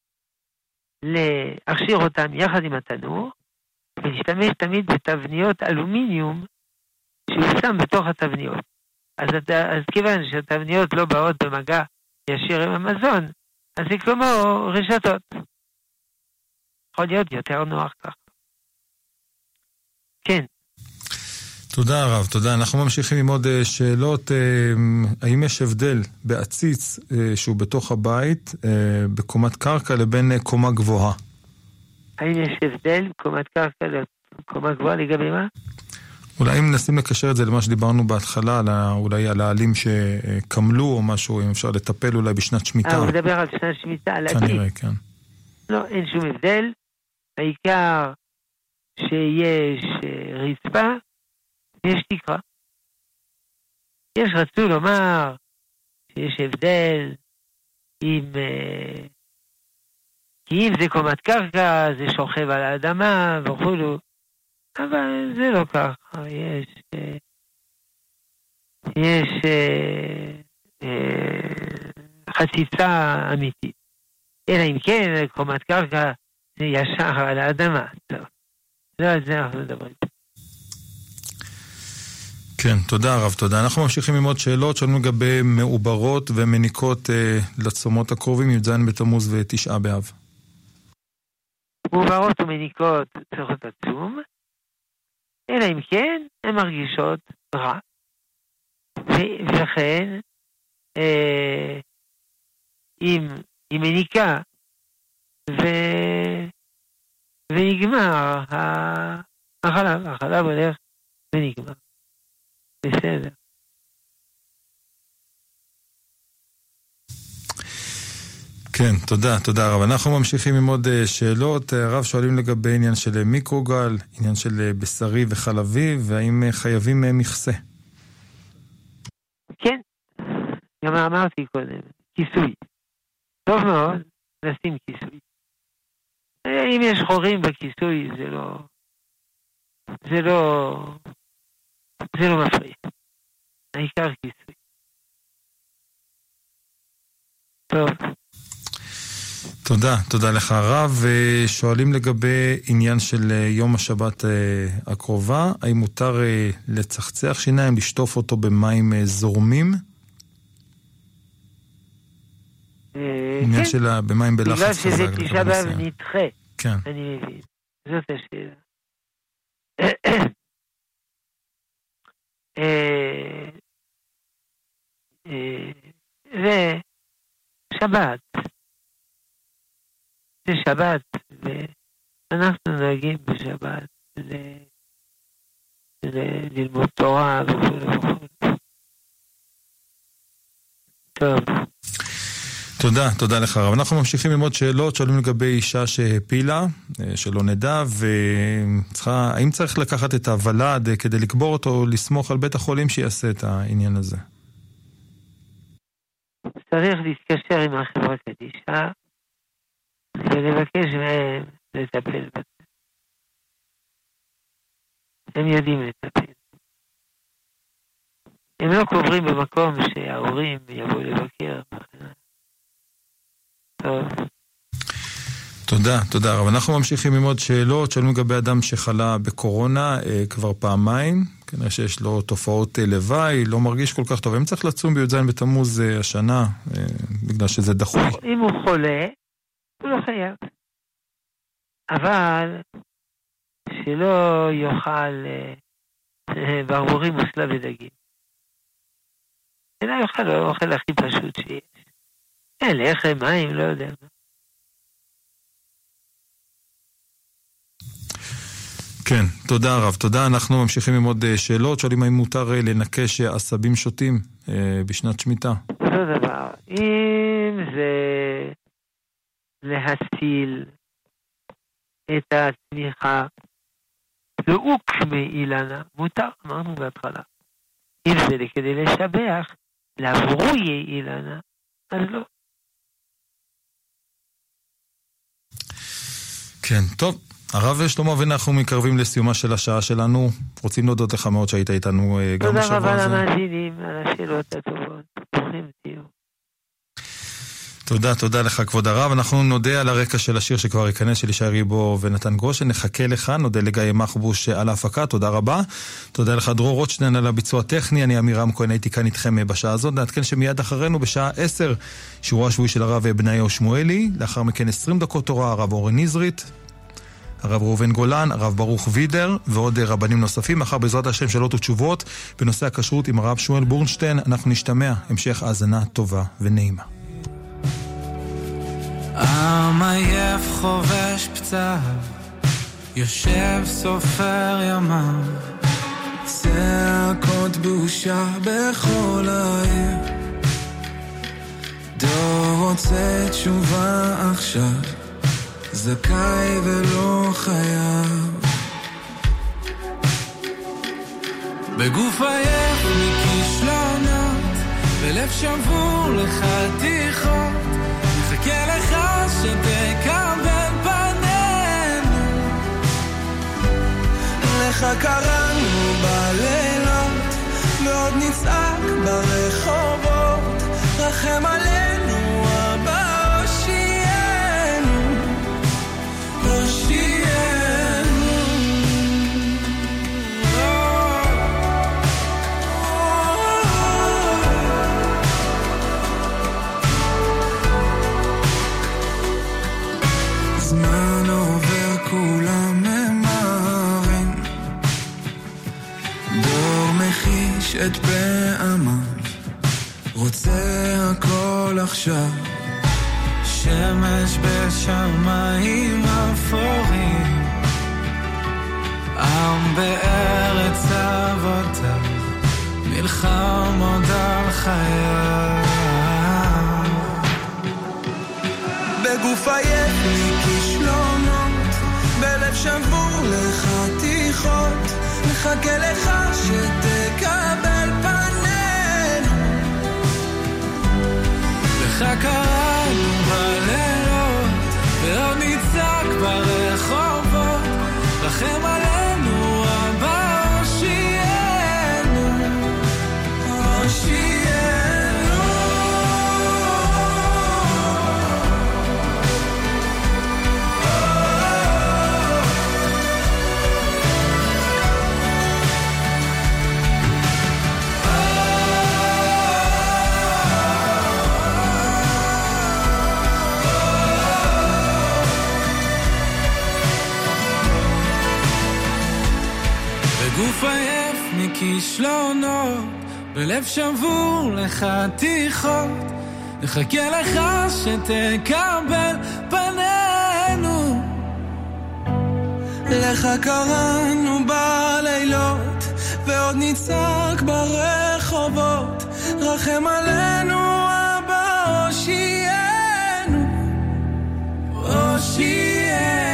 להכשיר אותן יחד עם התנור, ולהשתמש תמיד בתבניות אלומיניום, שהוא שם בתוך התבניות. אז כיוון שהתבניות לא באות במגע ישיר עם המזון, אז זה כמו רשתות. יכול להיות יותר נוח כך. כן. תודה הרב, תודה. אנחנו ממשיכים עם עוד שאלות. האם יש הבדל בעציץ שהוא בתוך הבית, בקומת קרקע, לבין קומה גבוהה? האם יש הבדל בקומת קרקע לקומה גבוהה לגבי מה? אולי אם נשים לקשר את זה למה שדיברנו בהתחלה, אולי על העלים שקמלו או משהו, אם אפשר לטפל אולי בשנת שמיטה. הוא מדבר על שנת שמיטה, על עתיד. כנראה, כן. לא, אין שום הבדל. העיקר שיש רצפה, יש תקרה. יש רצו לומר שיש הבדל כי אם זה קומת קרקע, זה שוכב על האדמה וכולו, אבל זה לא ככה. יש חציצה אמיתית. אלא אם כן, קומת קרקע זה ישר על האדמה. טוב. לא על זה אנחנו מדברים. כן, תודה הרב, תודה. אנחנו ממשיכים עם עוד שאלות, שואלים לגבי מעוברות ומניקות לצומות הקרובים, י"ז בתמוז ותשעה באב. מעוברות ומניקות צריכות לצום, אלא אם כן, הן מרגישות רע. ולכן, אם היא מניקה ונגמר החלב הולך ונגמר. בסדר. כן, תודה רב. אנחנו ממשיכים עם עוד שאלות. הרב שואלים לגבי עניין של מיקרוגל, עניין של בשרי וחלבי, והאם חייבים מכסה? כן, גם אמרתי קודם, כיסוי. טוב מאוד, לשים כיסוי. אם יש חורים בכיסוי, זה לא מפריע. העיקר כיסוי. טוב. תודה לך הרב. שואלים לגבי עניין של יום השבת הקרובה, האם מותר לצחצח שיניים, לשטוף אותו במים זורמים? עניין שלה במים בלחץ. בגלל שזה תשעה באב נדחה. כן. אני מבין. זאת השאלה. זה שבת. זה שבת, ואנחנו נוהגים בשבת ללמוד תורה וכו'. טוב. תודה לך הרב. אנחנו ממשיכים ללמוד שאלות, שואלים לגבי אישה שהפילה, שלא נדע, האם צריך לקחת את הוולד כדי לקבור אותו, או לסמוך על בית החולים שיעשה את העניין הזה? צריך להתקשר עם החברה קדישא, ולבקש מהם לטפל בזה. הם יודעים לטפל. הם לא קוברים במקום שההורים יבואו לבקר. טוב. תודה רב. אנחנו ממשיכים עם עוד שאלות. שואלים לגבי אדם שחלה בקורונה כבר פעמיים, כנראה שיש לו תופעות לוואי, לא מרגיש כל כך טוב. אם צריך לצום בי"ז בתמוז השנה, בגלל שזה דחוי. אם הוא חולה, הוא לא חייב. אבל שלא יאכל ברבורים וסלב ודגים. אלא יאכל לו האוכל הכי פשוט שיש. לחם, מים, לא יודע. כן, תודה רב. תודה. אנחנו ממשיכים עם עוד שאלות. שואלים האם מותר לנקש עשבים שוטים בשנת שמיטה. אותו דבר. אם זה להציל את הצמיחה לעוק מאילנה, מותר, אמרנו בהתחלה. אם זה כדי לשבח לעבורוי אילנה, אז לא. כן, טוב. הרב שלמה ואנחנו מקרבים לסיומה של השעה שלנו. רוצים להודות לך מאוד שהיית איתנו גם בשבוע הזה. תודה רבה למאזינים על השאלות הטובות. ברוכים תהיו. תודה לך כבוד הרב. אנחנו נודה על הרקע של השיר שכבר ייכנס של ישי ריבו ונתן גושן. נחכה לך, נודה לגיא מחבוש על ההפקה, תודה רבה. תודה לך דרור רוטשטיין על הביצוע הטכני. אני אמירם כהן, הייתי כאן איתכם בשעה הזאת. נעדכן שמיד אחרינו בשעה 10 שיעורו השבועי של הרב בניהו שמואלי. לאחר מכן 20 דקות תורה הרב אורן נזרית, הרב ראובן גולן, הרב ברוך וידר ועוד רבנים נוספים. מחר בעזרת השם שאלות ותשובות בנושא הכשרות עם הרב שמואל בורנשטיין. אנחנו נשתמע. המשך האזנה טובה ונעימה. עם עייף חובש פצעיו, יושב סופר ימיו, צעקות בושה בכל העיר, דור רוצה תשובה עכשיו, זכאי ולא חייב, בגוף עייף מכישלונות, בלב שבור לחתיכות, מחכה לך שתקבל פנינו, לך קראנו בלילות, ועוד נצעק ברחובות, רחם עלינו אבא הושיענו, הושיענו. זמן עובר כולם ממהרים, דור מחיש את פעמיו, רוצה הכל עכשיו, שמש בשמיים אפורים, עם בארץ אבותיו, נלחם עוד על חייו, בגוף עייף מכישלונות, בלב שבור לחתיכות, מחכה לך שתקבל פנינו, לך קראנו בלילות, ועוד נצעק ברחובות, רחם עלינו אבא הושיענו, הושיענו. עייף מכישלונות, בלב שבור לחתיכות, נחכה לך שתקבל פנינו. לך קראנו בלילות, ועוד נצעק ברחובות, רחם עלינו אבא, הושיענו, הושיענו.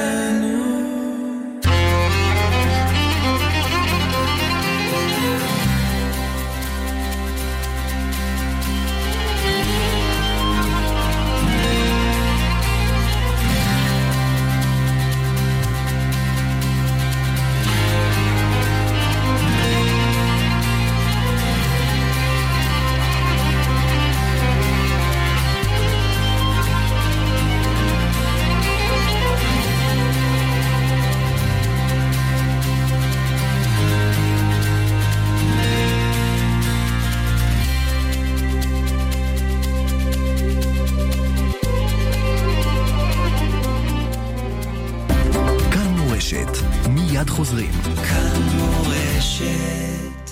מיד חוזרים. כאן מורשת.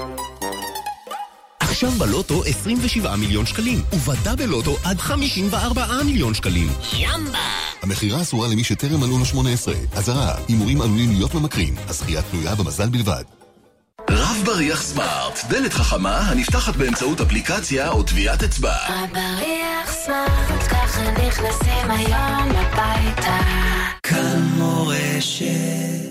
עכשיו בלוטו 27 מיליון שקלים, ובדה בלוטו עד 54 מיליון שקלים. ימבה! המחירה אסורה למי שטרם מלאו לו 18. אזהרה, הימורים עלולים להיות ממכרים. הזכייה תלויה במזל בלבד. רב בריח סמארט, דלת חכמה הנפתחת באמצעות אפליקציה או טביעת אצבע. רב בריח סמארט, ככה נכנסים היום הביתה. כאן מורשת.